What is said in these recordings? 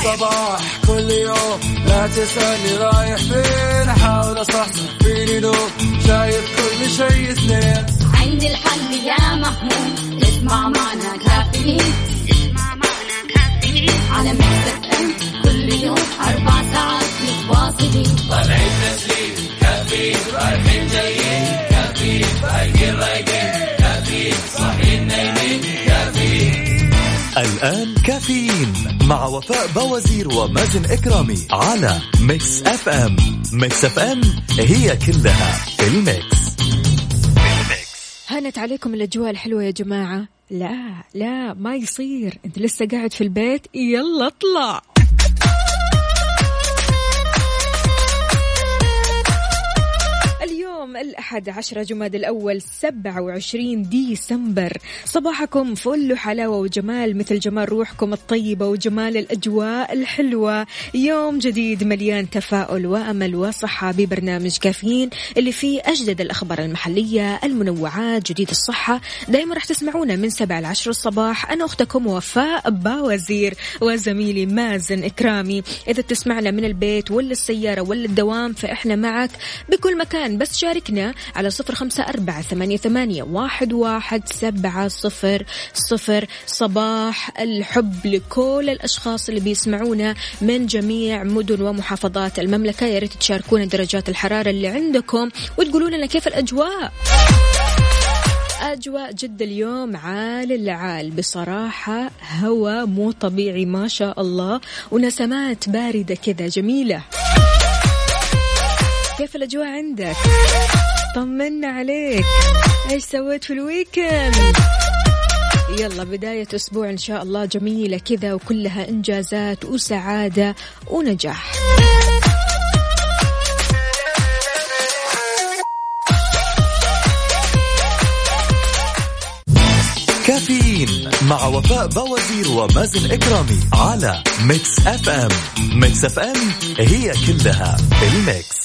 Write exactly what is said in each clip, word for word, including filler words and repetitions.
الصباح كل يوم لا تسألني رايح فين أحاول أصحصح فيني لو شايف كل شيء سنين عندي الحل يا محمود اسمع معنا كافيين اسمع معنا كافيين على ميكس اف ام كل يوم أربع ساعات متواصلين طالعين تسليم كافيين رايحين جايين كافيين رايقين رايقين كافيين صاحيين نايمين كافيين. الآن كافيين مع وفاء بوازير ومازن إكرامي على ميكس اف ام. ميكس اف ام هي كلها الميكس. هانت عليكم الأجواء الحلوة يا جماعة؟ لا لا ما يصير، انت لسه قاعد في البيت، يلا اطلع. اليوم الأحد عشرة جماد الأول سبعة وعشرين ديسمبر، صباحكم فل وحلاوة وجمال مثل جمال روحكم الطيبة وجمال الأجواء الحلوة. يوم جديد مليان تفاؤل وأمل وصحة ببرنامج كافيين اللي فيه أجدد الأخبار المحلية، المنوعات، جديد الصحة. دايما رح تسمعونا من سبعة لعشر الصباح. أنا أختكم وفاء باوزير وزميلي مازن إكرامي. إذا بتسمعنا من البيت ولا السيارة ولا الدوام فإحنا معك بكل مكان، بس شاركنا على صفر خمسة أربعة ثمانية ثمانية واحد واحد سبعة صفر صفر. صباح الحب لكل الأشخاص اللي بيسمعونا من جميع مدن ومحافظات المملكة. يا ريت تشاركونا درجات الحرارة اللي عندكم وتقولوا لنا كيف الأجواء. أجواء جد اليوم عال العال بصراحة، هوا مو طبيعي ما شاء الله، ونسمات باردة كذا جميلة. كيف الأجواء عندك؟ طمنا عليك، ايش سويت في الويكند؟ يلا بداية أسبوع إن شاء الله جميلة كذا وكلها إنجازات وسعادة ونجاح. كافيين مع وفاء بوازير ومازن إكرامي على ميكس اف ام. ميكس اف ام هي كلها الميكس.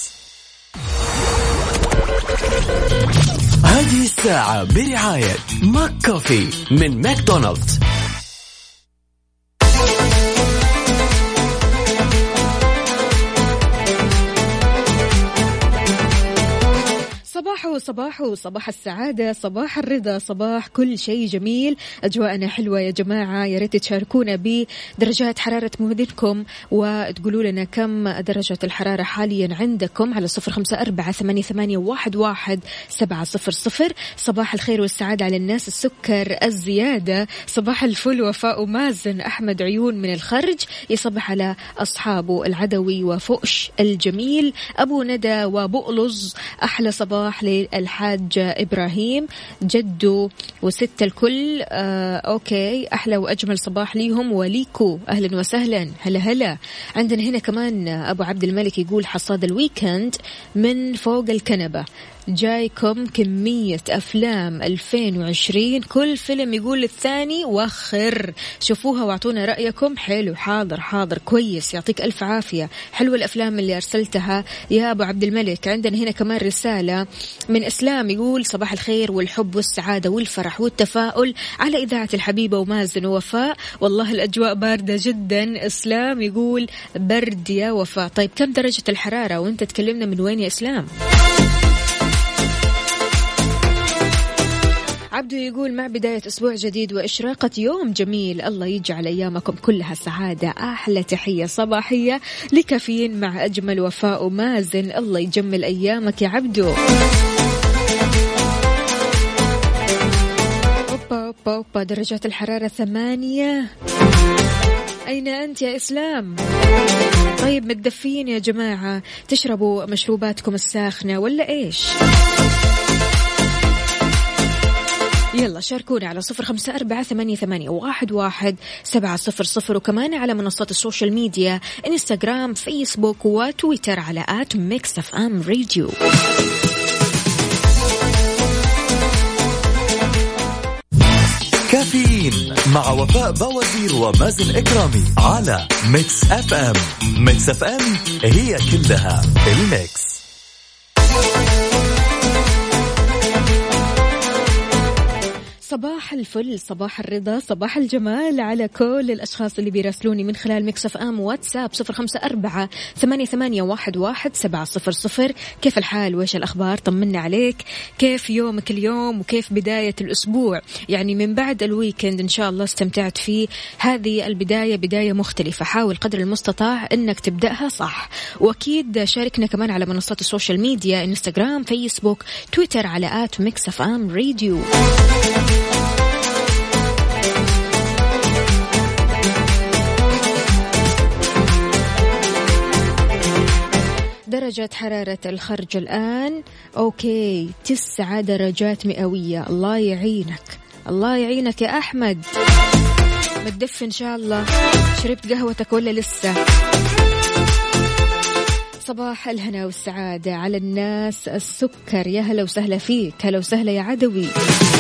هذه الساعة برعاية ماك كوفي من ماكدونالدز. صباحو صباحو صباح السعادة، صباح الرضا، صباح كل شيء جميل. أجواءنا حلوة يا جماعة. يا ريت تشاركونا بدرجات حرارة مدنكم وتقولوا لنا كم درجة الحرارة حاليا عندكم على صفر خمسة أربعة ثمانية ثمانية واحد واحد سبعة صفر صفر. صباح الخير والسعادة على الناس السكر الزيادة. صباح الفل وفاء ومازن. أحمد عيون من الخرج يصبح على أصحابه العدوي وفؤش الجميل، أبو ندى وبؤلز. أحلى صباح للحاج إبراهيم جدو وست الكل. آه أوكي، أحلى وأجمل صباح ليهم وليكو، أهلا وسهلا. هلا هلا. عندنا هنا كمان أبو عبد الملك يقول حصاد الويكند من فوق الكنبة، جايكم كمية أفلام ألفين وعشرين، كل فيلم يقول الثاني وخر، شوفوها واعطونا رأيكم. حلو، حاضر حاضر، كويس، يعطيك ألف عافية. حلوة الأفلام اللي أرسلتها يا أبو عبد الملك. عندنا هنا كمان رسالة من إسلام يقول صباح الخير والحب والسعادة والفرح والتفاؤل على إذاعة الحبيبة ومازن ووفاء. والله الأجواء باردة جدا. إسلام يقول برد يا وفاء. طيب كم درجة الحرارة وانت تكلمنا من وين يا إسلام؟ عبدو يقول مع بداية أسبوع جديد وإشراقة يوم جميل، الله يجعل أيامكم كلها سعادة. أحلى تحية صباحية لكافيين مع أجمل وفاء ومازن. الله يجمل أيامك يا عبدو. أوبا أوبا أوبا، درجات الحرارة ثمانية. أين أنت يا إسلام؟ طيب متدفين يا جماعة؟ تشربوا مشروباتكم الساخنة ولا إيش؟ يلا شاركونا على صفر خمسة أربعة ثمانية ثمانية واحد واحد سبعة صفر صفر، وكمان على منصات السوشيال ميديا إنستغرام فيسبوك وتويتر على آت ميكس أف أم راديو. كافيين مع وفاء بوازير ومازن إكرامي على ميكس اف ام. ميكس اف ام هي كلها الميكس. صباح الفل، صباح الرضا، صباح الجمال على كل الأشخاص اللي بيراسلوني من خلال ميكس اف ام واتساب صفر خمسة أربعة ثمانية ثمانية واحد واحد سبعة صفر صفر. كيف الحال وإيش الأخبار؟ طمنا عليك، كيف يومك اليوم وكيف بداية الأسبوع؟ يعني من بعد الويكند إن شاء الله استمتعت فيه. هذه البداية بداية مختلفة، حاول قدر المستطاع أنك تبدأها صح. وأكيد شاركنا كمان على منصات السوشيال ميديا، انستغرام، فيسبوك، تويتر على آت ميكس اف ام راديو. درجة حرارة الخرج الآن أوكي تسعة درجات مئوية. الله يعينك، الله يعينك يا أحمد. متدفي إن شاء الله؟ شربت قهوتك ولا لسه؟ صباح الهنا والسعادة على الناس السكر، يا هلا وسهلا فيك، هلا وسهلا يا عدوي.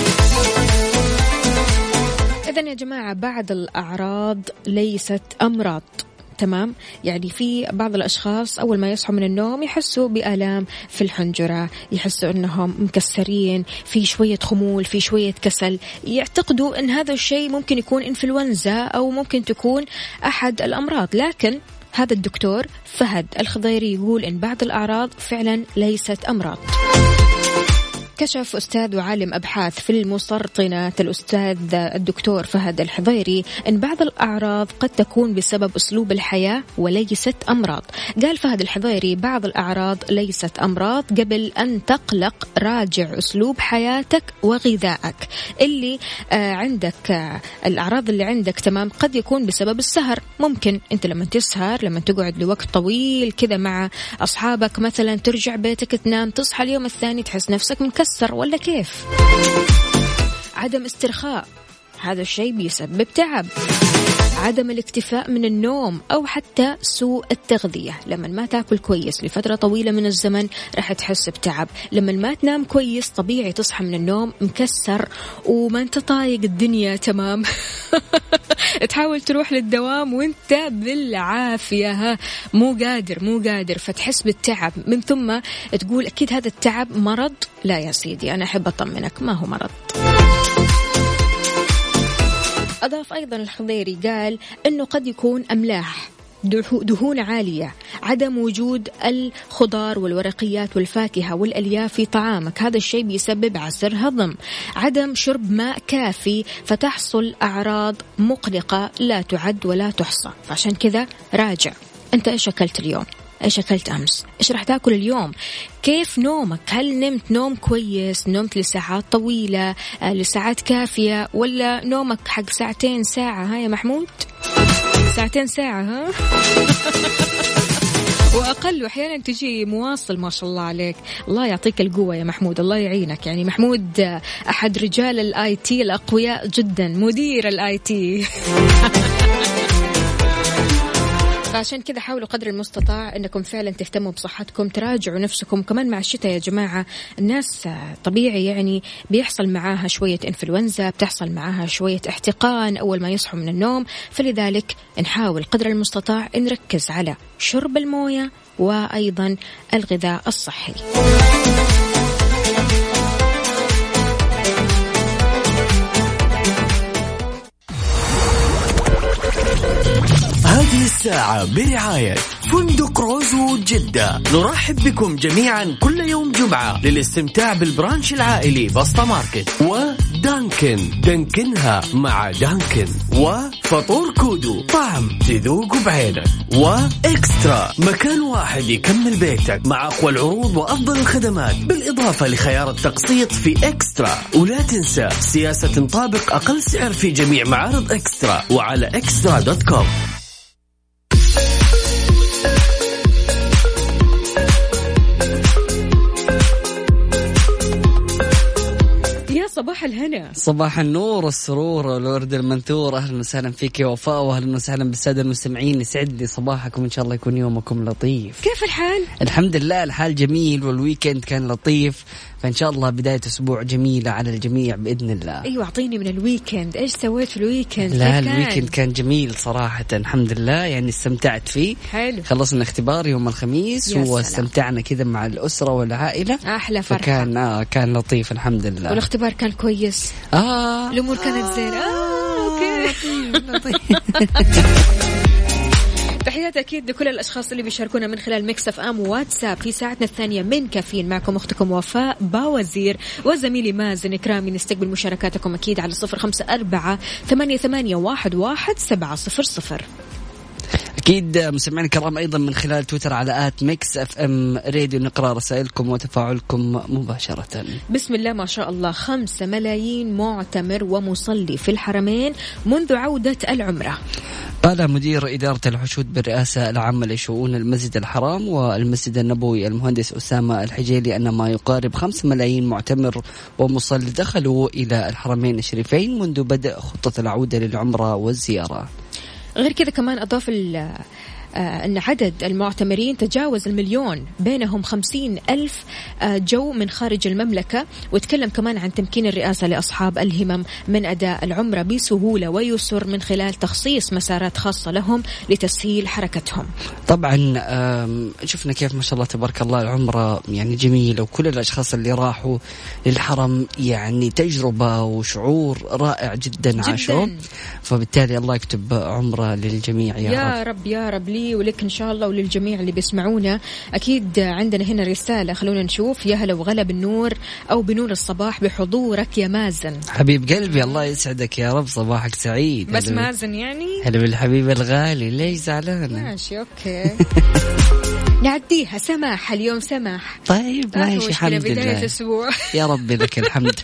إذن يا جماعة بعض الأعراض ليست أمراض، تمام؟ يعني في بعض الأشخاص أول ما يصحوا من النوم يحسوا بآلام في الحنجرة، يحسوا أنهم مكسرين، في شوية خمول، في شوية كسل، يعتقدوا أن هذا الشيء ممكن يكون إنفلونزا أو ممكن تكون أحد الأمراض. لكن هذا الدكتور فهد الخضيري يقول إن بعض الأعراض فعلا ليست أمراض. كشف أستاذ وعالم أبحاث في المسرطنات الأستاذ الدكتور فهد الخضيري أن بعض الأعراض قد تكون بسبب أسلوب الحياة وليست أمراض. قال فهد الخضيري بعض الأعراض ليست أمراض، قبل أن تقلق راجع أسلوب حياتك وغذائك. اللي آه عندك آه الأعراض اللي عندك تمام قد يكون بسبب السهر. ممكن أنت لما تسهر، لما تقعد لوقت طويل كذا مع أصحابك مثلا، ترجع بيتك تنام، تصحى اليوم الثاني تحس نفسك مكسر ولا كيف. عدم استرخاء، هذا الشيء بيسبب تعب. عدم الاكتفاء من النوم أو حتى سوء التغذية، لما ما تاكل كويس لفترة طويلة من الزمن راح تحس بتعب. لما ما تنام كويس طبيعي تصحى من النوم مكسر وما انت طايق الدنيا، تمام؟ تحاول تروح للدوام وانت بالعافية، ها مو قادر مو قادر فتحس بالتعب، من ثم تقول أكيد هذا التعب مرض. لا يا سيدي، أنا أحب أطمنك، ما هو مرض. أضاف أيضا الخضيري قال أنه قد يكون أملاح، دهون عالية، عدم وجود الخضار والورقيات والفاكهة والألياف في طعامك، هذا الشيء بيسبب عسر هضم. عدم شرب ماء كافي، فتحصل أعراض مقلقة لا تعد ولا تحصى. فعشان كذا راجع أنت إيش أكلت اليوم، إيش أكلت أمس، إيش راح تأكل اليوم، كيف نومك، هل نمت نوم كويس، نمت لساعات طويلة، لساعات كافية، ولا نومك حق ساعتين ساعة؟ ها يا محمود، ساعتين ساعة ها وأقل، وأحيانا تجي مواصل. ما شاء الله عليك، الله يعطيك القوة يا محمود، الله يعينك. يعني محمود أحد رجال الآي تي الأقوياء جدا، مدير الآي تي فعشان كذا حاولوا قدر المستطاع أنكم فعلا تهتموا بصحتكم، تراجعوا نفسكم. كمان مع الشتاء يا جماعة الناس طبيعي يعني بيحصل معاها شوية إنفلونزا، بتحصل معاها شوية احتقان أول ما يصحوا من النوم. فلذلك نحاول قدر المستطاع نركز على شرب الموية وأيضا الغذاء الصحي. هذه الساعة برعاية فندق روزو جدة. نرحب بكم جميعا كل يوم جمعة للاستمتاع بالبرانش العائلي بسطة ماركت، ودانكن دانكنها مع دانكن، وفطور كودو طعم تذوق بعينك، وإكسترا مكان واحد يكمل بيتك مع أقوى العروض وأفضل الخدمات، بالإضافة لخيار التقسيط في إكسترا. ولا تنسى سياسة تنطابق أقل سعر في جميع معارض إكسترا وعلى إكسترا دوت كوم. صباح الهنا، صباح النور والسرور والورد المنثور. أهلا وسهلا فيك يا وفاء، وأهلا وسهلا بالسادة المستمعين. يسعد لي صباحكم، إن شاء الله يكون يومكم لطيف. كيف الحال؟ الحمد لله الحال جميل، والويكند كان لطيف، فإن شاء الله بداية أسبوع جميلة على الجميع بإذن الله. أيوة، أعطيني من الويكند، إيش سويت في الويكند؟ لا الويكند كان جميل صراحة، الحمد لله، يعني استمتعت فيه. حلو. خلصنا اختبار يوم الخميس واستمتعنا كذا مع الأسرة والعائلة، أحلى فرحة. فكان آه كان لطيف الحمد لله. والاختبار كان كان كويس؟ آه الأمور كانت زينة. آه أوكي. تحياتي أكيد لكل الأشخاص اللي بيشاركونا من خلال ميكس اف ام واتساب في ساعتنا الثانية من كافيين. معكم أختكم وفاء باوزير وزميلي مازن إكرامي. نستقبل مشاركاتكم أكيد على صفر خمسة أربعة ثمانية ثمانية واحد واحد سبعة صفر صفر. أكيد مستمعين الكرام أيضا من خلال تويتر على آت ميكس اف ام راديو نقرأ رسائلكم وتفاعلكم مباشرة. بسم الله ما شاء الله. خمسة ملايين معتمر ومصلي في الحرمين منذ عودة العمرة. قال مدير إدارة الحشود بالرئاسة العامة لشؤون المسجد الحرام والمسجد النبوي المهندس أسامة الحجيلي أن ما يقارب خمسة ملايين معتمر ومصلي دخلوا إلى الحرمين الشريفين منذ بدء خطة العودة للعمرة والزيارة. غير كذا كمان أضاف أن عدد المعتمرين تجاوز المليون، بينهم خمسين ألف جو من خارج المملكة. وتكلم كمان عن تمكين الرئاسة لأصحاب الهمم من أداء العمرة بسهولة ويسر من خلال تخصيص مسارات خاصة لهم لتسهيل حركتهم. طبعا شفنا كيف ما شاء الله تبارك الله العمرة يعني جميلة، وكل الأشخاص اللي راحوا للحرم يعني تجربة وشعور رائع جدا, جداً. عاشوا، فبالتالي الله يكتب عمرة للجميع يا, يا رب. رب يا رب لي ولك إن شاء الله وللجميع اللي بيسمعونا. أكيد عندنا هنا رسالة، خلونا نشوف. يا هلا وغلا بالنور أو بنور الصباح بحضورك يا مازن. حبيب قلبي الله يسعدك يا رب، صباحك سعيد. بس مازن يعني هلا بالحبيب الغالي، ليش زعلانة؟ ماشي أوكي. نعديها سماح اليوم سماح. طيب ماشي الحمد لله. بداية الأسبوع. يا رب لك الحمد.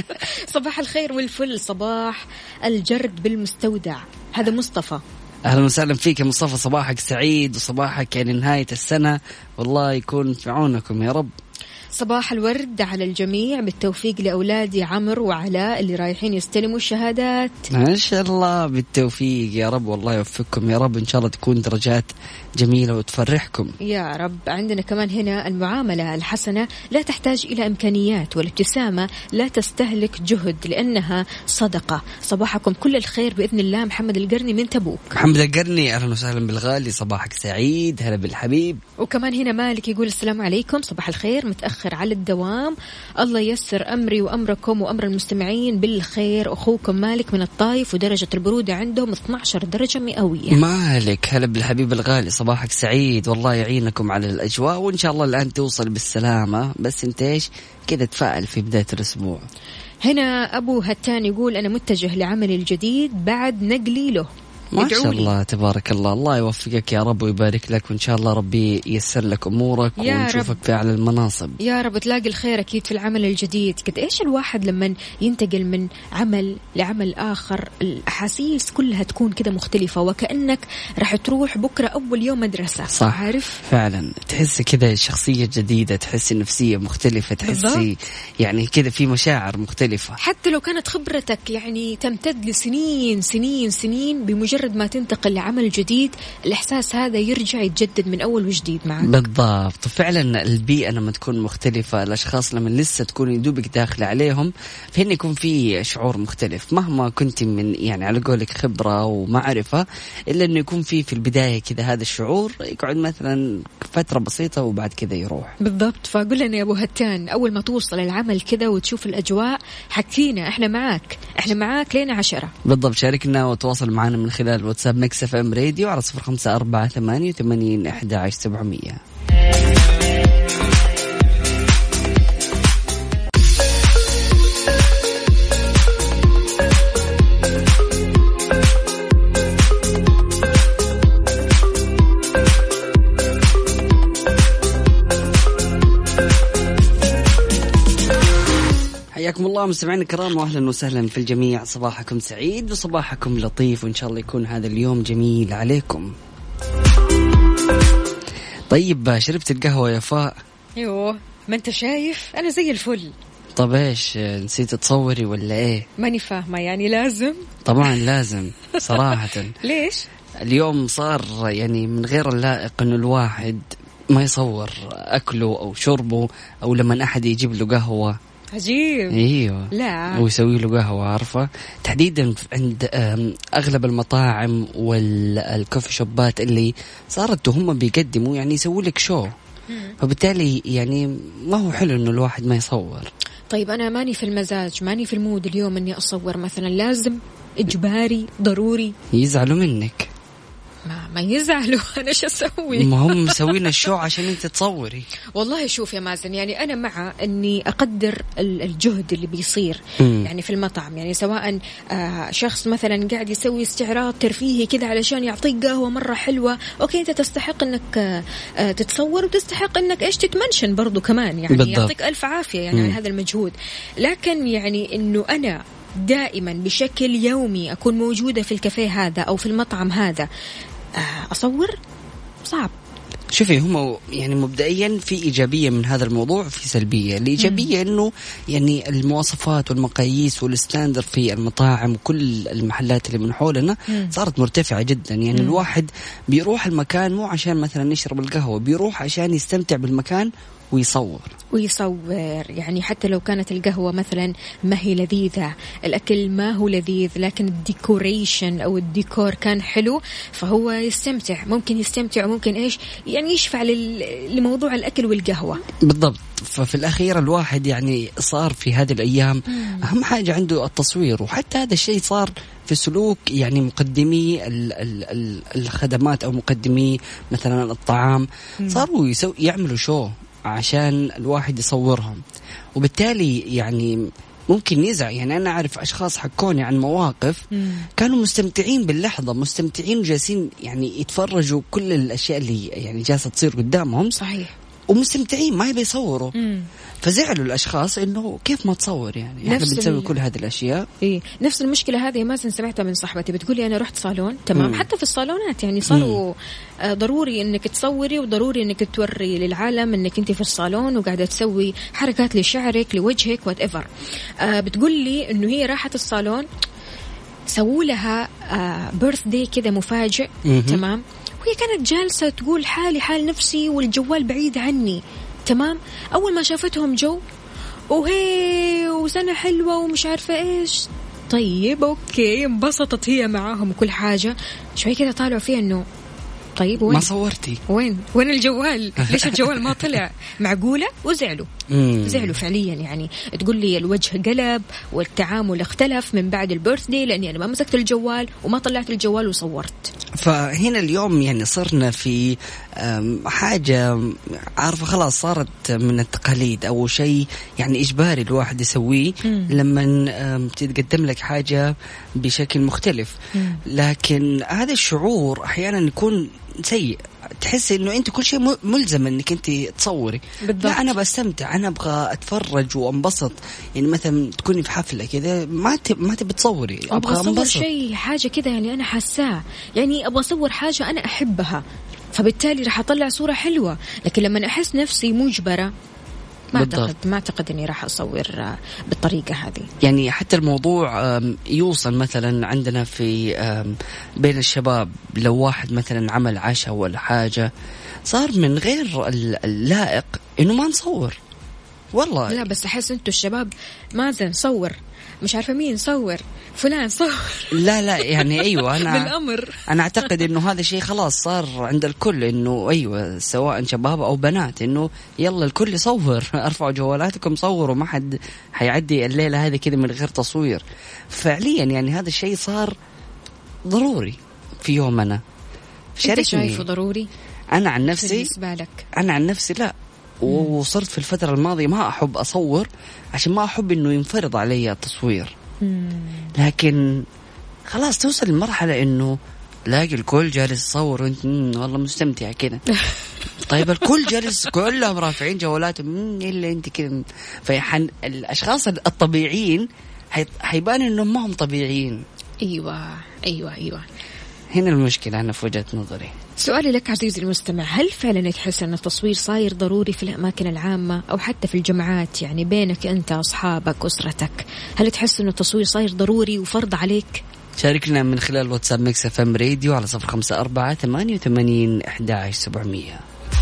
صباح الخير والفل، صباح الجرد بالمستودع. هذا مصطفى. أهلا وسهلا فيك يا مصطفى، صباحك سعيد وصباحك يعني نهاية السنة، والله يكون في عونكم يا رب. صباح الورد على الجميع، بالتوفيق لأولادي عمر وعلاء اللي رايحين يستلموا الشهادات. ما شاء الله بالتوفيق يا رب، والله يوفقكم يا رب، إن شاء الله تكون درجات جميلة وتفرحكم يا رب. عندنا كمان هنا المعاملة الحسنة لا تحتاج إلى إمكانيات، والابتسامة لا تستهلك جهد لأنها صدقة. صباحكم كل الخير بإذن الله. محمد القرني من تبوك. محمد القرني أهلا وسهلا بالغالي، صباحك سعيد. هلا بالحبيب. وكمان هنا مالك يقول السلام عليكم، صباح الخير، متأخر على الدوام، الله ييسر أمري وأمركم وأمر المستمعين بالخير. أخوكم مالك من الطايف، ودرجة البرودة عندهم اثنا عشر درجة مئوية. مالك هلا بالحبيب الغالي، صباحك سعيد، والله يعينكم على الأجواء، وإن شاء الله الآن توصل بالسلامة، بس انت ايش كده تفائل في بداية الأسبوع. هنا أبو هتان يقول أنا متجه لعملي الجديد بعد نقلي له. ما شاء الله تبارك الله، الله يوفقك يا رب ويبارك لك، وإن شاء الله ربي ييسر لك أمورك ونشوفك في أعلى المناصب يا رب. تلاقي الخير أكيد في العمل الجديد. قد إيش الواحد لما ينتقل من عمل لعمل آخر الأحاسيس كلها تكون كده مختلفة، وكأنك راح تروح بكرة أول يوم مدرسة. صح، عارف فعلا تحس كده شخصية جديدة، تحس نفسية مختلفة، تحسي يعني كده في مشاعر مختلفة، حتى لو كانت خبرتك يعني تمتد لسنين سنين سنين، بمجرد مجرد ما تنتقل لعمل جديد الإحساس هذا يرجع يتجدد من أول وجديد معك. بالضبط. فعلا البيئة لما تكون مختلفة، الأشخاص لما لسه تكون يدوبك داخل عليهم، فهنا يكون في شعور مختلف مهما كنت من يعني على قولك خبرة ومعرفة، إلا أنه يكون في في البداية كذا هذا الشعور يقعد مثلا فترة بسيطة وبعد كذا يروح. بالضبط. فقل لنا يا أبو هتان، أول ما توصل العمل كذا وتشوف الأجواء حكينا، إحنا معاك إحنا معاك لين عشرة. بالضبط. شاركنا وتواصل معنا من خلال واتساب ميكس اف ام راديو على صفر خمسة أربعة ثمانية ثمانين أحد عشر سبعمية. حياكم الله مستمعين الكرام، واهلا وسهلا في الجميع، صباحكم سعيد وصباحكم لطيف، وان شاء الله يكون هذا اليوم جميل عليكم. طيب شربت القهوة يا فاء؟ ايوه ما انت شايف انا زي الفل. طب ايش نسيت تصوري ولا ايه؟ ماني فاهمة، يعني لازم؟ طبعا لازم صراحة. ليش؟ اليوم صار يعني من غير اللائق انه الواحد ما يصور اكله او شربه، او لما احد يجيب له قهوة. عجيب. ايوه لا ويسوي له قهوه، عارفه تحديدا عند اغلب المطاعم والكوفي شوبات اللي صارت هم بيقدموا يعني يسووا لك شو، فبالتالي يعني ما هو حلو انه الواحد ما يصور. طيب أنا ماني في المزاج، ماني في المود اليوم إني أصور مثلا، لازم إجباري ضروري؟ يزعلوا منك. ما ما يزعلوا، أنا شو أسوي؟ ما هم مسوين الشو عشان أنت تصوري. والله شوف يا مازن، يعني أنا مع أني أقدر الجهد اللي بيصير م. يعني في المطعم، يعني سواء آه شخص مثلا قاعد يسوي استعراض ترفيهي كذا علشان يعطيك قهوة مرة حلوة، أوكي أنت تستحق أنك آه تتصور، وتستحق أنك إيش تتمنشن برضو كمان، يعني بالضبط. يعطيك ألف عافية يعني م. على هذا المجهود. لكن يعني أنه أنا دائما بشكل يومي أكون موجودة في الكافيه هذا أو في المطعم هذا أصور، صعب. شوفي هم يعني مبدئيا في إيجابية من هذا الموضوع، في سلبية. الإيجابية إنه يعني المواصفات والمقاييس والستاندر في المطاعم وكل المحلات اللي من حولنا مم. صارت مرتفعة جدا. يعني مم. الواحد بيروح المكان مو عشان مثلا يشرب القهوة، بيروح عشان يستمتع بالمكان ويصور ويصور يعني حتى لو كانت القهوة مثلا ما هي لذيذة، الأكل ما هو لذيذ، لكن الديكوريشن أو الديكور كان حلو، فهو يستمتع، ممكن يستمتع وممكن إيش يعني يشفع لموضوع الأكل والقهوة. بالضبط. ففي الأخير الواحد يعني صار في هذه الأيام مم. أهم حاجة عنده التصوير، وحتى هذا الشيء صار في سلوك يعني مقدمي ال ال ال الخدمات أو مقدمي مثلا الطعام مم. صاروا يسو يعملوا شو عشان الواحد يصورهم، وبالتالي يعني ممكن يزعل. يعني أنا أعرف أشخاص حكوني عن مواقف مم. كانوا مستمتعين باللحظة، مستمتعين وجالسين يعني يتفرجوا كل الأشياء اللي يعني جالسة تصير قدامهم، صحيح، ومستمتعين ما يبي يصوروا. مم. فزعلوا الأشخاص إنه كيف ما تصور، يعني إحنا بنسوي كل هذه الأشياء. إيه نفس المشكلة هذه ما سمعتها من صاحبتي، بتقولي أنا رحت صالون تمام. مم. حتى في الصالونات يعني صاروا آه ضروري إنك تصوري، وضروري إنك توري للعالم إنك أنت في الصالون وقاعدة تسوي حركات لشعرك لوجهك whatever. آه بتقولي إنه هي راحت الصالون سووا لها آه بيرث داي كذا مفاجئ. مم. تمام. وهي كانت جالسة تقول حالي حال نفسي والجوال بعيد عني تمام. أول ما شافتهم جو وهي وسنة حلوة ومش عارفة إيش، طيب أوكي انبسطت هي معاهم وكل حاجة، شوي كده طالعوا فيها إنه طيب وين ما صورتي، وين وين الجوال، ليش الجوال ما طلع؟ معقولة؟ وزعلوا زعلوا فعليا. يعني تقول لي الوجه قلب والتعامل اختلف من بعد البيرثدي، لأني أنا ما مسكت الجوال وما طلعت الجوال وصورت. فهنا اليوم يعني صرنا في حاجة عارفة خلاص صارت من التقاليد أو شيء يعني إجباري الواحد يسويه لما تتقدم لك حاجة بشكل مختلف. مم. لكن هذا الشعور أحيانا يكون سيء، تحس إنه أنت كل شيء ملزم إنك أنت تصوري. بالضبط. لا أنا بستمتع، أنا أبغى أتفرج وأنبسط. يعني مثلا تكوني في حفلة كذا ما ت... ما تبي تصوري، أبغى أصور شيء حاجة كذا يعني أنا حاساه، يعني أبغى أصور حاجة أنا أحبها، فبالتالي راح أطلع صورة حلوة. لكن لما أحس نفسي مجبرة ما أعتقد ما أعتقد إني راح أصور بالطريقة هذه. يعني حتى الموضوع يوصل مثلا عندنا في بين الشباب، لو واحد مثلا عمل عشاء ولا حاجة صار من غير اللائق إنه ما نصور. والله لا بس أحس أنتوا الشباب مازن صور، مش عارفة مين صور، فلان صور. لا لا يعني أيوة أنا بالأمر أنا أعتقد إنه هذا شيء خلاص صار عند الكل، إنه أيوة سواء شباب أو بنات، إنه يلا الكل يصور، أرفعوا جوالاتكم صوروا، ما حد حيعدي الليلة هذه كده من غير تصوير. فعليا يعني هذا الشيء صار ضروري في يومنا. أنت شايفه ضروري؟ أنا عن نفسي بالنسبة لك؟ أنا عن نفسي لا، وصرت في الفترة الماضية ما أحب أصور عشان ما أحب إنه ينفرض علي التصوير. مم. لكن خلاص توصل لمرحلة إنه لاقي الكل جالس يصور وأنت والله مستمتع كده. طيب الكل جالس كلهم رافعين جوالاتهم إلا أنت كده. فيحن الأشخاص الطبيعيين حيبان إنهم ما هم طبيعيين. أيوة أيوة أيوة هنا المشكلة أنا في وجهة نظري. سؤالي لك عزيزي المستمع، هل فعلا تحس أن التصوير صاير ضروري في الأماكن العامة أو حتى في الجمعات، يعني بينك أنت أصحابك أسرتك، هل تحس أن التصوير صاير ضروري وفرض عليك؟ شاركنا من خلال واتساب ميكس اف ام راديو على صفر خمسة أربعة ثمانية وثمانين أحد عشر سبعمية.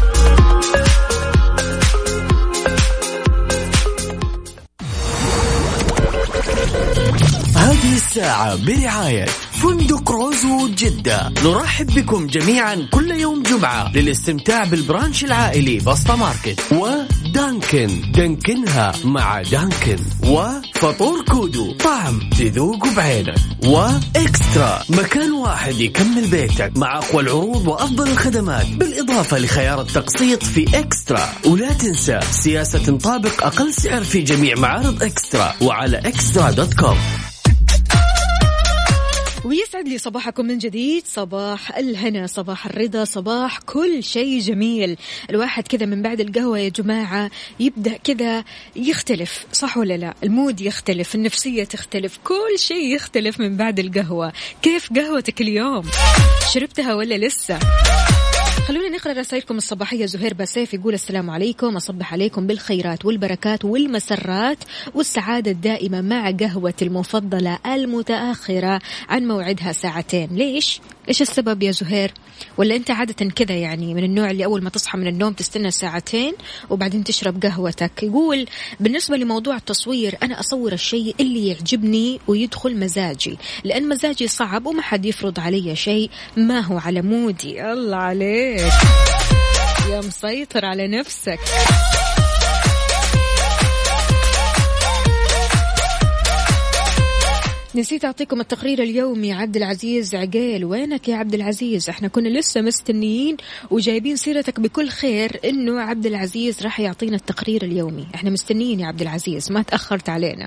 هذه الساعة برعاية فندق روزو جدة. نرحب بكم جميعا كل يوم جمعة للاستمتاع بالبرانش العائلي بسطة ماركت و ودانكن دانكنها مع دانكن. وفطور كودو طعم تذوق بعينك. وإكسترا مكان واحد يكمل بيتك مع أقوى العروض وأفضل الخدمات بالإضافة لخيار التقسيط في إكسترا. ولا تنسى سياسة تنطبق أقل سعر في جميع معارض إكسترا وعلى إكسترا دوت كوم. ويسعد لي صباحكم من جديد، صباح الهنا، صباح الرضا، صباح كل شيء جميل. الواحد كذا من بعد القهوة يا جماعة يبدأ كذا يختلف، صح ولا لا؟ المود يختلف، النفسية تختلف، كل شيء يختلف من بعد القهوة. كيف قهوتك اليوم؟ شربتها ولا لسه؟ خلونا نقرأ رسائلكم الصباحية. زهير باسيف يقول السلام عليكم، أصبح عليكم بالخيرات والبركات والمسرات والسعادة الدائمة مع قهوتي المفضلة المتأخرة عن موعدها ساعتين. ليش؟ إيش السبب يا زهير؟ ولا أنت عادة كذا يعني من النوع اللي أول ما تصحى من النوم تستنى ساعتين وبعدين تشرب قهوتك؟ يقول بالنسبة لموضوع التصوير أنا أصور الشيء اللي يعجبني ويدخل مزاجي، لأن مزاجي صعب وما حد يفرض علي شيء ما هو على مودي. الله عليك يا مسيطر على نفسك. نسيت أعطيكم التقرير اليومي. عبد العزيز عقيل، وينك يا عبد العزيز؟ احنا كنا لسه مستنيين وجايبين سيرتك بكل خير إنه عبد العزيز راح يعطينا التقرير اليومي. احنا مستنيين يا عبد العزيز، ما تأخرت علينا.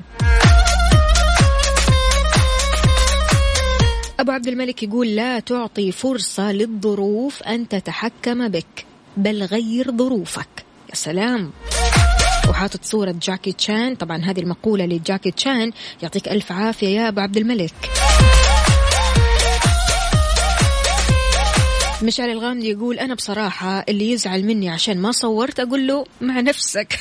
أبو عبد الملك يقول لا تعطي فرصة للظروف أن تتحكم بك، بل غير ظروفك. يا سلام. وحاطط صورة جاكي تشان، طبعا هذه المقولة لجاكي تشان. يعطيك ألف عافية يا أبو عبد الملك. مشعل الغامدي يقول أنا بصراحة اللي يزعل مني عشان ما صورت أقول له مع نفسك.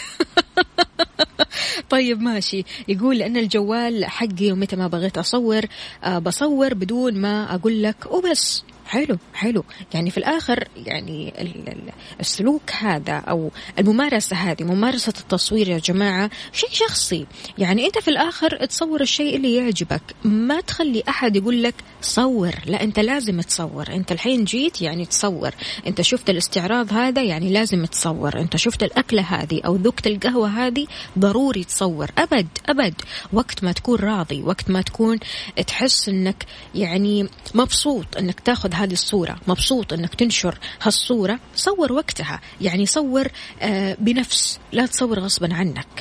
طيب ماشي. يقول لأن الجوال حقي ومتى ما بغيت أصور أه بصور بدون ما أقول لك وبس. حلو حلو. يعني في الآخر يعني السلوك هذا أو الممارسة هذه، ممارسة التصوير يا جماعة شيء شخصي. يعني أنت في الآخر تصور الشيء اللي يعجبك، ما تخلي أحد يقول لك صور. لا، أنت لازم تصور. أنت الحين جيت يعني تصور. أنت شفت الاستعراض هذا يعني لازم تصور. أنت شفت الأكلة هذه أو ذقت القهوة هذه ضروري تصور. أبد أبد. وقت ما تكون راضي، وقت ما تكون تحس أنك يعني مبسوط أنك تاخذ هذه الصورة، مبسوط أنك تنشر هالصورة، صور وقتها. يعني صور آه بنفس، لا تصور غصبا عنك.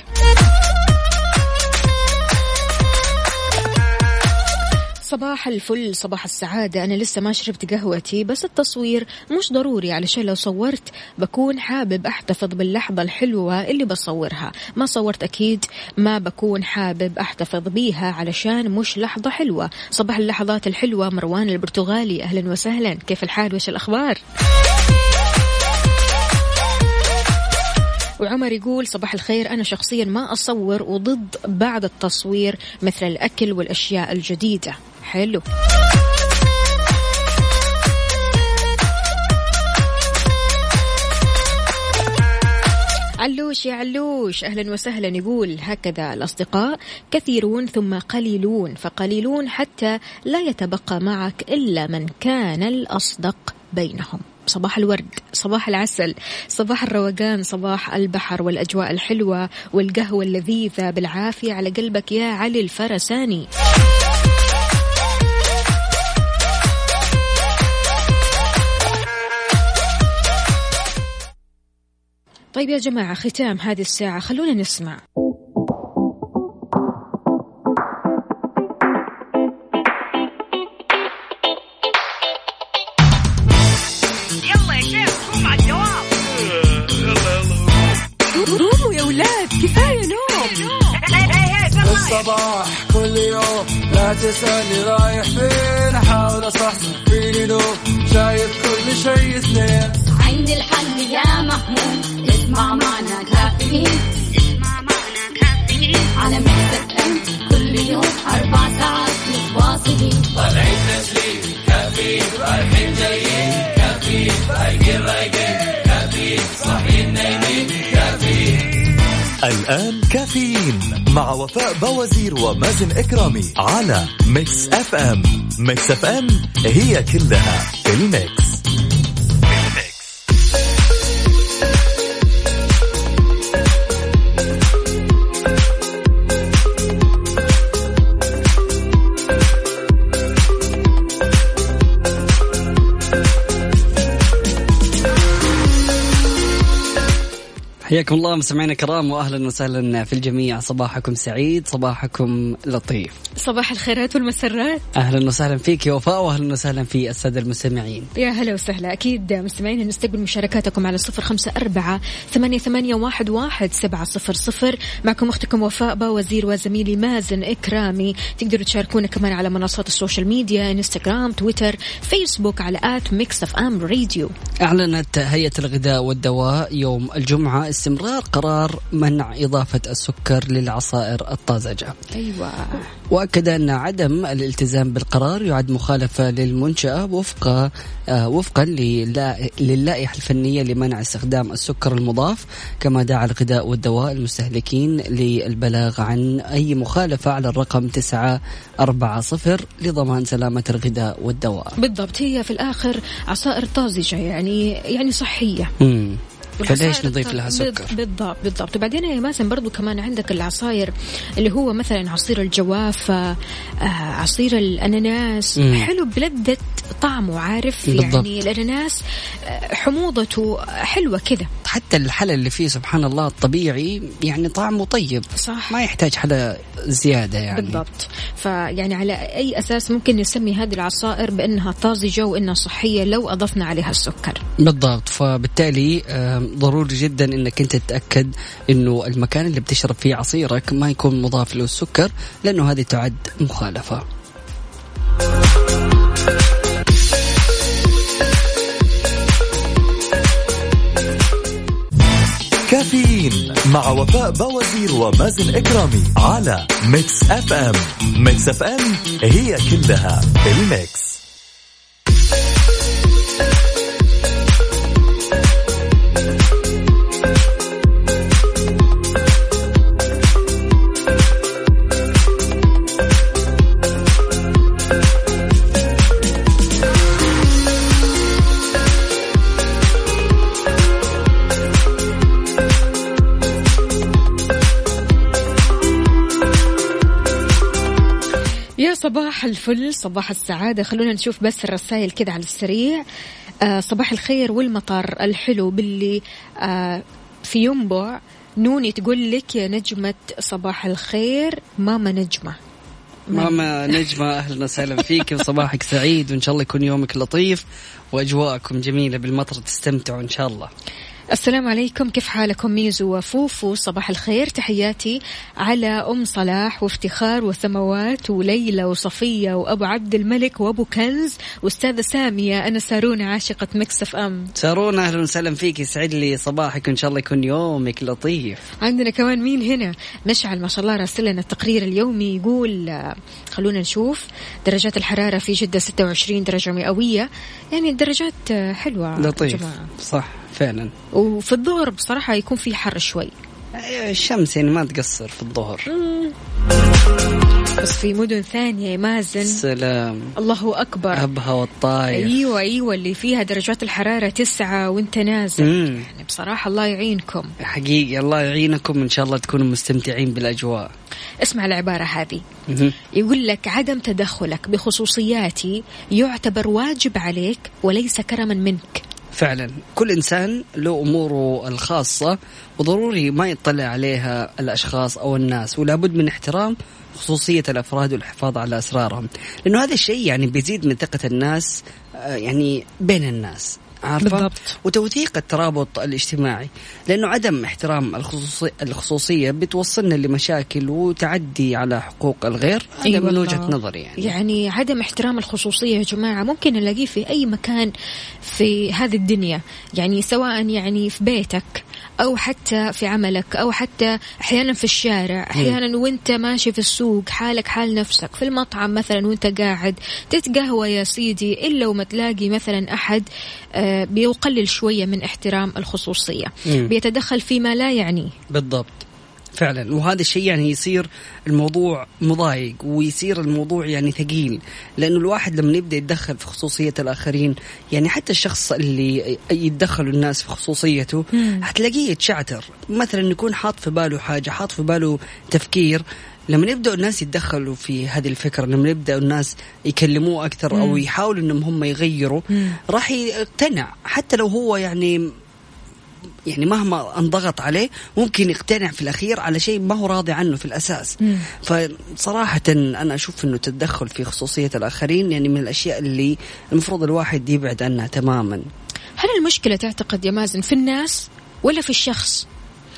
صباح الفل، صباح السعادة. أنا لسه ما شربت قهوتي، بس التصوير مش ضروري علشان لو صورت بكون حابب أحتفظ باللحظة الحلوة اللي بصورها. ما صورت أكيد ما بكون حابب أحتفظ بيها علشان مش لحظة حلوة. صباح اللحظات الحلوة. مروان البرتغالي أهلا وسهلا، كيف الحال وش الأخبار؟ وعمر يقول صباح الخير، أنا شخصيا ما أصور وضد بعض التصوير مثل الأكل والأشياء الجديدة. حلو. علوش يا علوش أهلا وسهلا. يقول هكذا الأصدقاء كثيرون ثم قليلون، فقليلون حتى لا يتبقى معك إلا من كان الأصدق بينهم. صباح الورد، صباح العسل، صباح الروقان، صباح البحر والأجواء الحلوة والقهوة اللذيذة بالعافية على قلبك يا علي الفرساني. طيب يا جماعة، ختام هذه الساعة خلونا نسمع الصباح كل يوم. لا تسألني رايح فين، أحاول أصحصح فيني نوم. شايف كل شيء اثنين، عند الحل يا محمود. اسمع معنا كافيين، اسمع معنا كافيين على مكتب أم كل يوم أربع ساعات متواصلين. طالعين تسليم كافيين، رايحين جايين كافيين، رايقين رايقين كافيين، صاحيين نايمين كافيين. الآن كافيين مع وفاء بوازير ومازن إكرامي على ميكس أف أم. ميكس أف أم هي كلها في الميكس. حياكم الله مستمعينا الكرام واهلا وسهلا في الجميع. صباحكم سعيد، صباحكم لطيف، صباح الخيرات والمسرات. اهلا وسهلا فيك يا وفاء، واهلا وسهلا في الساده المستمعين. يا هلا وسهلا. اكيد مستمعينا نستقبل مشاركاتكم على صفر خمسة أربعة ثمانية ثمانية واحد واحد سبعة صفر صفر. معكم اختكم وفاء باوزير وزميلي مازن اكرامي. تقدروا تشاركونا كمان على منصات السوشيال ميديا، انستغرام، تويتر، فيسبوك على آت ميكس اف ام راديو. اعلنت هيئه الغذاء والدواء يوم الجمعه استمرار قرار منع إضافة السكر للعصائر الطازجة. أيوة. وأكد أن عدم الالتزام بالقرار يعد مخالفة للمنشأة وفق آه وفقا للائحة الفنية لمنع استخدام السكر المضاف. كما دعا الغذاء والدواء المستهلكين للبلاغ عن أي مخالفة على الرقم تسعة أربعة صفر لضمان سلامة الغذاء والدواء. بالضبط، هي في الآخر عصائر طازجة يعني يعني صحية. مم. فليش نضيف لها سكر؟ بالضبط بالضبط. وبعدين يا مازن برضو كمان عندك العصاير اللي هو مثلا عصير الجوافة، آه عصير الأناناس، مم. حلو بلذة طعمه، عارف بالضبط. يعني الأناناس حموضته حلوة كده، حتى الحلى اللي فيه سبحان الله الطبيعي يعني طعمه طيب، صح، ما يحتاج حلى زيادة يعني. بالضبط. فيعني على أي أساس ممكن نسمي هذه العصائر بأنها طازجة وإنها صحية لو أضفنا عليها السكر؟ بالضبط. فبالتالي ضروري جدا انك انت تتأكد انه المكان اللي بتشرب فيه عصيرك ما يكون مضاف له السكر، لانه هذه تعد مخالفة. كافيين مع وفاء باوزير ومازن اكرامي على ميكس اف ام. ميكس اف ام هي كلها الميكس. صباح الفل، صباح السعادة. خلونا نشوف بس الرسائل كده على السريع. آه صباح الخير والمطر الحلو باللي آه في ينبع. نوني تقول لك يا نجمة صباح الخير ماما نجمة. ماما نجمة أهلا وسهلا فيك وصباحك سعيد، وإن شاء الله يكون يومك لطيف وأجواءكم جميلة بالمطر، تستمتعوا إن شاء الله. السلام عليكم، كيف حالكم ميزو وفوفو؟ صباح الخير، تحياتي على أم صلاح وافتخار وثموات وليلى وصفية وأبو عبد الملك وأبو كنز وأستاذة سامية. أنا سارونة عاشقة ميكس اف ام. سارونة أهلا وسهلا فيك، يسعد لي صباحك وإن شاء الله يكون يومك لطيف. عندنا كمان مين هنا؟ مشعل ما شاء الله راسلنا التقرير اليومي، يقول خلونا نشوف درجات الحرارة في جدة ستة وعشرين درجة مئوية، يعني الدرجات حلوة لطيف جماعة. صح فعلا. وفي الظهر بصراحة يكون في حر شوي، الشمس يعني ما تقصر في الظهر. بس في مدن ثانية يا مازن سلام الله أكبر، أبها والطايف. أيوة أيوة اللي فيها درجات الحرارة تسعة وانت نازل. مم. يعني بصراحة الله يعينكم حقيقي، الله يعينكم إن شاء الله تكونوا مستمتعين بالأجواء. اسمع العبارة هذه، يقول لك عدم تدخلك بخصوصياتي يعتبر واجب عليك وليس كرما منك. فعلا كل إنسان له أموره الخاصة وضروري ما يطلع عليها الأشخاص أو الناس، ولا بد من احترام خصوصية الأفراد والحفاظ على أسرارهم، لأنه هذا الشيء يعني بيزيد من ثقة الناس يعني بين الناس، عارفة؟ بالضبط. وتوثيق الترابط الاجتماعي، لأنه عدم احترام الخصوصي الخصوصية بتوصلنا لمشاكل وتعدي على حقوق الغير. هذا أيوة من وجهة نظري يعني. يعني عدم احترام الخصوصية يا جماعة ممكن نلاقيه في أي مكان في هذه الدنيا، يعني سواء يعني في بيتك أو حتى في عملك أو حتى أحيانا في الشارع، أحيانا وانت ماشي في السوق حالك حال نفسك، في المطعم مثلا وانت قاعد تتقهوى يا سيدي، إلا وما تلاقي مثلا أحد بيقلل شوية من احترام الخصوصية، مم. بيتدخل فيما لا يعنيه. بالضبط فعلا. وهذا الشيء يعني يصير الموضوع مضايق ويصير الموضوع يعني ثقيل، لأنه الواحد لما يبدأ يتدخل في خصوصية الآخرين، يعني حتى الشخص اللي يتدخل الناس في خصوصيته هتلاقيه يتشعتر، مثلا يكون حاط في باله حاجة، حاط في باله تفكير، لما يبدأوا الناس يتدخلوا في هذه الفكرة، لما يبدأوا الناس يكلموه أكثر أو يحاولوا إنهم هم يغيروا، راح يقتنع حتى لو هو يعني يعني مهما انضغط عليه ممكن يقتنع في الأخير على شيء ما هو راضي عنه في الأساس. مم. فصراحة أنا أشوف إنه التدخل في خصوصية الآخرين يعني من الأشياء اللي المفروض الواحد يبعد عنها تماما. هل المشكلة تعتقد يا مازن في الناس ولا في الشخص؟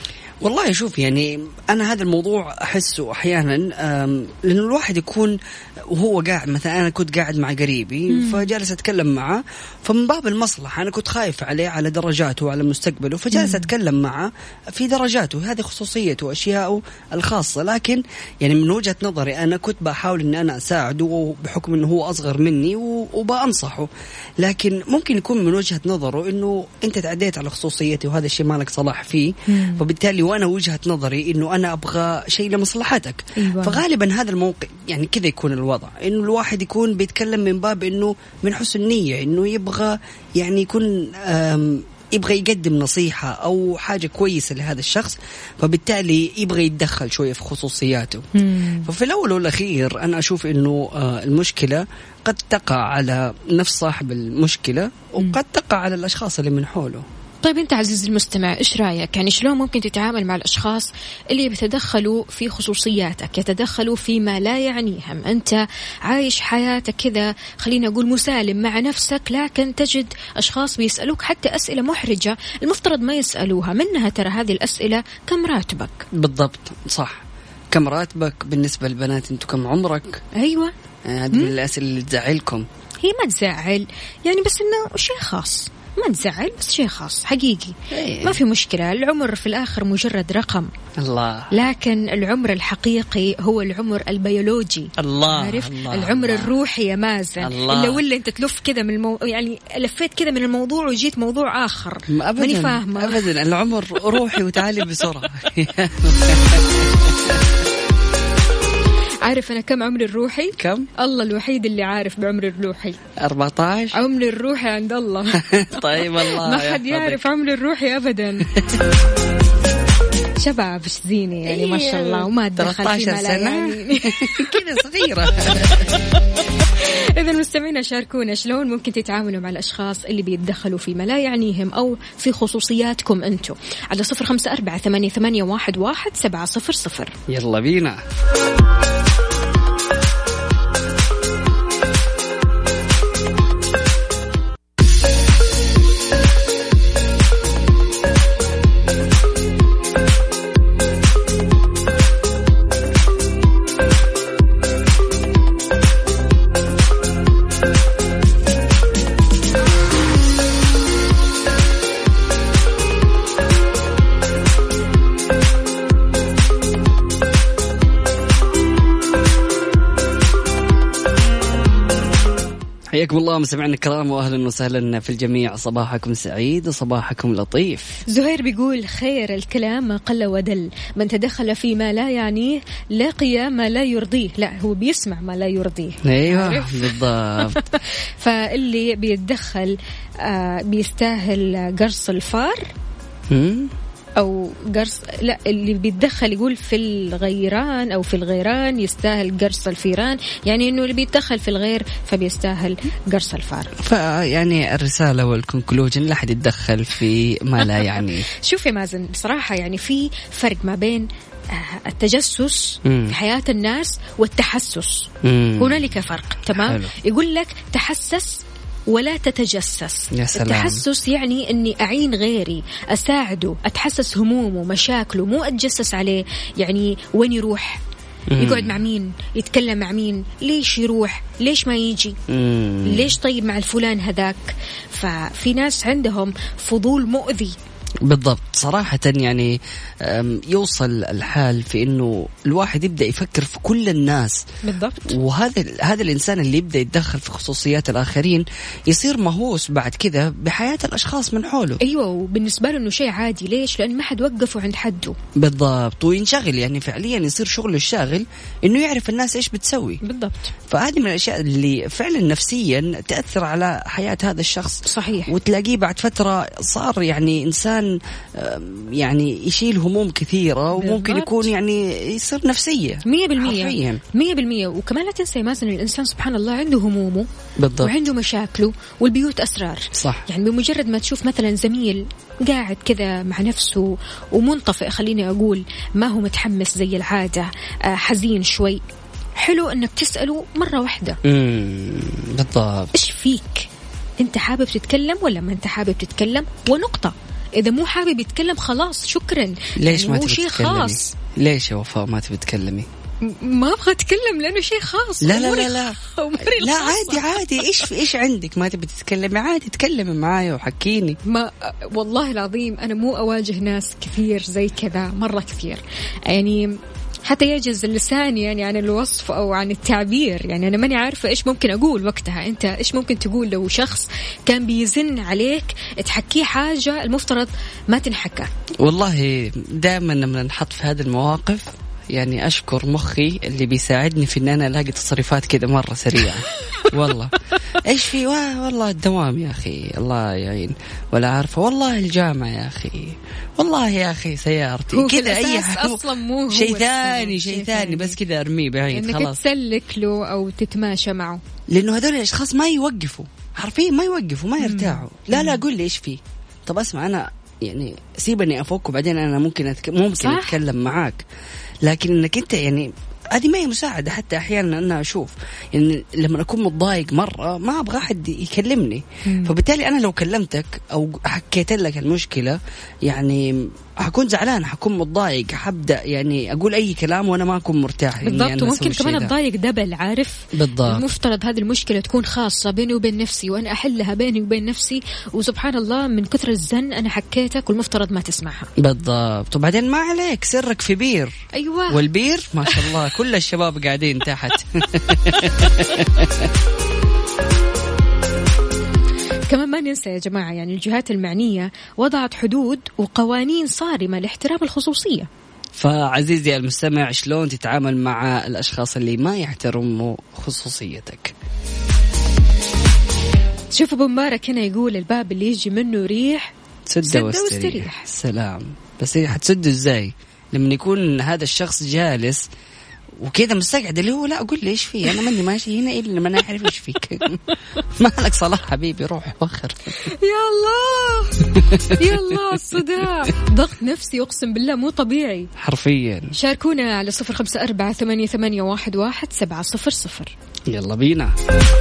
والله شوف يعني أنا هذا الموضوع أحسه أحيانا لأنه الواحد يكون وهو قاعد، مثلا أنا كنت قاعد مع قريبي مم. فجالس أتكلم معه، فمن باب المصلحة أنا كنت خايف عليه على درجاته وعلى مستقبله، فجالس مم. أتكلم معه في درجاته، هذه خصوصيته وأشياءه الخاصة. لكن يعني من وجهة نظري أنا كنت بحاول أن أنا أساعده بحكم أنه هو أصغر مني وبأنصحه، لكن ممكن يكون من وجهة نظره أنه أنت تعديت على خصوصيتي وهذا الشيء مالك صلاح فيه، مم. فبالتالي وأنا وجهة نظري إنه أنا أبغى شيء لمصلحتك. أيوة. فغالبا هذا الموقع يعني كذا يكون الوضع، إنه الواحد يكون بيتكلم من باب إنه من حسن نية، إنه يبغى يعني يكون يبغى يقدم نصيحة أو حاجة كويسة لهذا الشخص، فبالتالي يبغى يتدخل شوية في خصوصياته. مم. ففي الأول والأخير أنا أشوف إنه المشكلة قد تقع على نفس صاحب المشكلة وقد تقع على الأشخاص اللي من حوله. طيب أنت عزيزي المستمع إيش رأيك؟ يعني شلون ممكن تتعامل مع الأشخاص اللي بيتدخلوا في خصوصياتك، يتدخلوا فيما لا يعنيهم؟ أنت عايش حياتك كذا خلينا أقول مسالم مع نفسك، لكن تجد أشخاص بيسألوك حتى أسئلة محرجة المفترض ما يسألوها، منها ترى هذه الأسئلة كم راتبك؟ بالضبط صح، كم راتبك؟ بالنسبة للبنات أنتوا كم عمرك؟ أيوة هذه من الأسئلة اللي تزعلكم. هي ما تزعل يعني، بس إنه شيء خاص، ما تزعل بس شيء خاص حقيقي. أيه. ما في مشكلة، العمر في الآخر مجرد رقم. الله. لكن العمر الحقيقي هو العمر البيولوجي. الله. عارف؟ الله. العمر الله. الروحي يا مازن. الله. إلا ولا أنت تلف كذا من المو... يعني لفيت كذا من الموضوع وجيت موضوع آخر. ماني فاهمة. أبدا العمر روحي وتعالي بسرعة. عارف أنا كم عمري الروحي؟ كم؟ الله الوحيد اللي عارف بعمري الروحي. أربعة عشر. عمري الروحي عند الله. طيب الله. ما حد يعرف عمري الروحي أبدا. شباب زيني يعني ما شاء الله، وما تدخل في ملا يعني. كذا صغيرة. إذا المستمعين شاركونا شلون ممكن تتعاملوا مع الأشخاص اللي بيتدخلوا في ما لا يعنيهم أو في خصوصياتكم أنتم على صفر خمسة أربعة ثمانية ثمانية واحد واحد سبعة صفر صفر. يلا بينا. حياكم الله مستمعينا الكرام واهلا وسهلا في الجميع، صباحكم سعيد وصباحكم لطيف. زهير بيقول خير الكلام ما قل ودل، من تدخل في ما لا يعنيه لقي ما لا يرضيه. لا هو بيسمع ما لا يرضيه. ايوه بالضبط. فاللي بيتدخل آه بيستاهل قرص الفار أو قرص، لا اللي بيتدخل يقول في الغيران أو في الغيران يستاهل قرص الفيران، يعني إنه اللي بيتدخل في الغير فبيستاهل قرص الفار. فيعني الرسالة والكونكلوجن لا حد يتدخل في ما لا يعني. شوف يا مازن بصراحة يعني في فرق ما بين التجسس مم. في حياة الناس والتحسس. مم. هنالك فرق تمام. حلو. يقول لك تحسس ولا تتجسس. التحسس يعني أني أعين غيري، أساعده، أتحسس همومه مشاكله، مو أتجسس عليه. يعني وين يروح، يقعد مع مين، يتكلم مع مين، ليش يروح، ليش ما يجي، مم. ليش طيب مع الفلان هذاك. ففي ناس عندهم فضول مؤذي. بالضبط صراحة يعني يوصل الحال في إنه الواحد يبدأ يفكر في كل الناس. بالضبط. وهذا هذا الإنسان اللي يبدأ يتدخل في خصوصيات الآخرين يصير مهووس بعد كذا بحياة الأشخاص من حوله. أيوة وبالنسبة له إنه شيء عادي. ليش؟ لأن ما حد وقفه عند حده. بالضبط. وينشغل يعني فعليا يصير شغله الشاغل إنه يعرف الناس إيش بتسوي. بالضبط. فهذه من الأشياء اللي فعلا نفسيا تأثر على حياة هذا الشخص. صحيح. وتلاقيه بعد فترة صار يعني إنسان الإنسان يعني يشيل هموم كثيرة وممكن بالضبط. يكون يعني يصير نفسية مية بالمية مية بالمية. وكمان لا تنسى مازن الإنسان سبحان الله عنده همومه بالضبط. وعنده مشاكله والبيوت أسرار. صح. يعني بمجرد ما تشوف مثلا زميل قاعد كذا مع نفسه ومنطفئ، خليني أقول ما هو متحمس زي العادة، آه حزين شوي، حلو أنك تسأله مرة واحدة بالضبط إيش فيك؟ أنت حابب تتكلم ولا ما أنت حابب تتكلم؟ ونقطة. إذا مو حابب يتكلم خلاص شكرا. ليش يعني ما مو تبي شيء تتكلمي؟ خاص. ليش يا وفاء ما تبي تتكلمي؟ ما أبغى أتكلم لأنه شيء خاص. لا لا لا لا, لا عادي الخاصة. عادي. إيش إيش عندك ما تبي تتكلمي؟ عادي تكلمي معايا وحكيني. ما والله العظيم أنا مو أواجه ناس كثير زي كذا، مرة كثير، يعني حتى يجز اللسان يعني عن الوصف أو عن التعبير. يعني أنا ماني عارفة إيش ممكن أقول وقتها. أنت إيش ممكن تقول لو شخص كان بيزن عليك تحكيه حاجة المفترض ما تنحكى؟ والله دائما لما نحط في هذه المواقف يعني أشكر مخي اللي بيساعدني في أن أنا ألاقي تصرفات كده مرة سريعة. والله إيش في والله الدوام يا أخي الله يعين، ولا عارفة والله الجامعة يا أخي، والله يا أخي سيارتي كذا، أي أصلا مو شيء ثاني شيء ثاني بس كذا أرميه بعيد إنك خلاص. تسلك له أو تتماشى معه، لأنه هذول الأشخاص ما يوقفوا حرفيا، ما يوقفوا ما يرتاحوا. لا لا قول لي إيش فيه. طب أسمع أنا يعني سيبني أفك وبعدين أنا ممكن أتك... ممكن صح؟ أتكلم معاك. لكن إنك أنت يعني هذه ما هي مساعدة. حتى أحيانا أنا أشوف يعني لما أكون متضايق مرة ما أبغى أحد يكلمني، مم. فبالتالي أنا لو كلمتك أو حكيت لك المشكلة يعني حكون زعلان، حكون متضايق، حبدأ يعني أقول أي كلام وأنا ما أكون مرتاح. بالضبط. وممكن كمان أتضايق دبل، عارف؟ بالضبط. المفترض هذه المشكلة تكون خاصة بيني وبين نفسي وأنا أحلها بيني وبين نفسي، وسبحان الله من كثر الزن أنا حكيتك والمفترض ما تسمعها. بالضبط. وبعدين ما عليك سرك في بير. أيوة. والبير ما شاء الله كل الشباب قاعدين تحت. كمان ما ننسى يا جماعة يعني الجهات المعنية وضعت حدود وقوانين صارمة لاحترام الخصوصية. فعزيزي المستمع شلون تتعامل مع الأشخاص اللي ما يحترموا خصوصيتك؟ شوف أبو مبارك هنا يقول الباب اللي يجي منه ريح سده واستريح. سلام. بس حتسده ازاي لما يكون هذا الشخص جالس وكذا مستقعد اللي هو لا أقول لي إيش فيه أنا ماني ماشي هنا إلا لما نعرف إيش فيك. ما لك صلاح حبيبي روح وخر. يا الله يا الله الصداع، ضغط نفسي أقسم بالله مو طبيعي حرفيا. شاركونا على صفر خمسة أربعة ثمانية ثمانية واحد واحد سبعة صفر صفر. يلا بينا.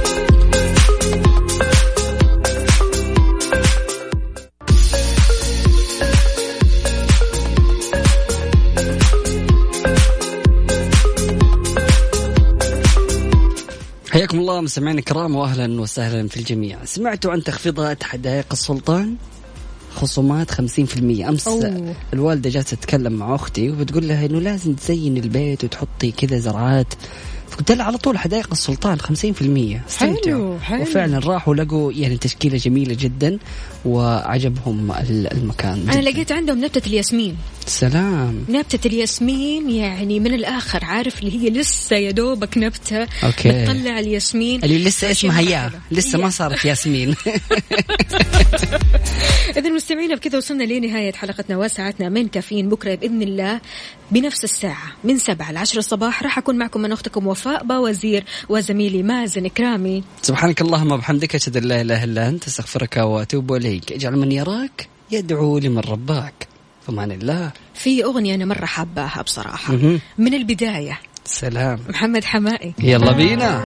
حياكم الله مستمعين الكرام واهلا وسهلا في الجميع. سمعتوا عن تخفيضات حدائق السلطان؟ خصومات خمسين في المية. امس أوه. الوالده جالسه تتكلم مع اختي وبتقول لها انه لازم تزين البيت وتحطي كذا زرعات، فقلت لها على طول حدائق السلطان خمسين في المية. حلو حلو. وفعلا راحوا لقوا يعني تشكيله جميله جدا وعجبهم المكان جداً. انا لقيت عندهم نبته الياسمين. سلام. نبتة الياسمين يعني من الآخر، عارف اللي هي لسه يا دوبك نبتة أوكي. بتطلع الياسمين اللي لسه اسمها يا لسه ما صارت ياسمين. إذن مستمعينا بكذا وصلنا لنهاية حلقتنا وساعتنا من كافيين. بكرة بإذن الله بنفس الساعة من سبعة لعشر الصباح راح أكون معكم من أختكم وفاء باوزير وزميلي مازن إكرامي. سبحانك اللهم وبحمدك أشهد أن لا إله إلا أنت أستغفرك وأتوب إليك. اجعل من يراك يدعو لمن رباك. فمان الله. في أغنية أنا مرة حاباها بصراحة م-م. من البداية. سلام. محمد حمائي. يلا بينا.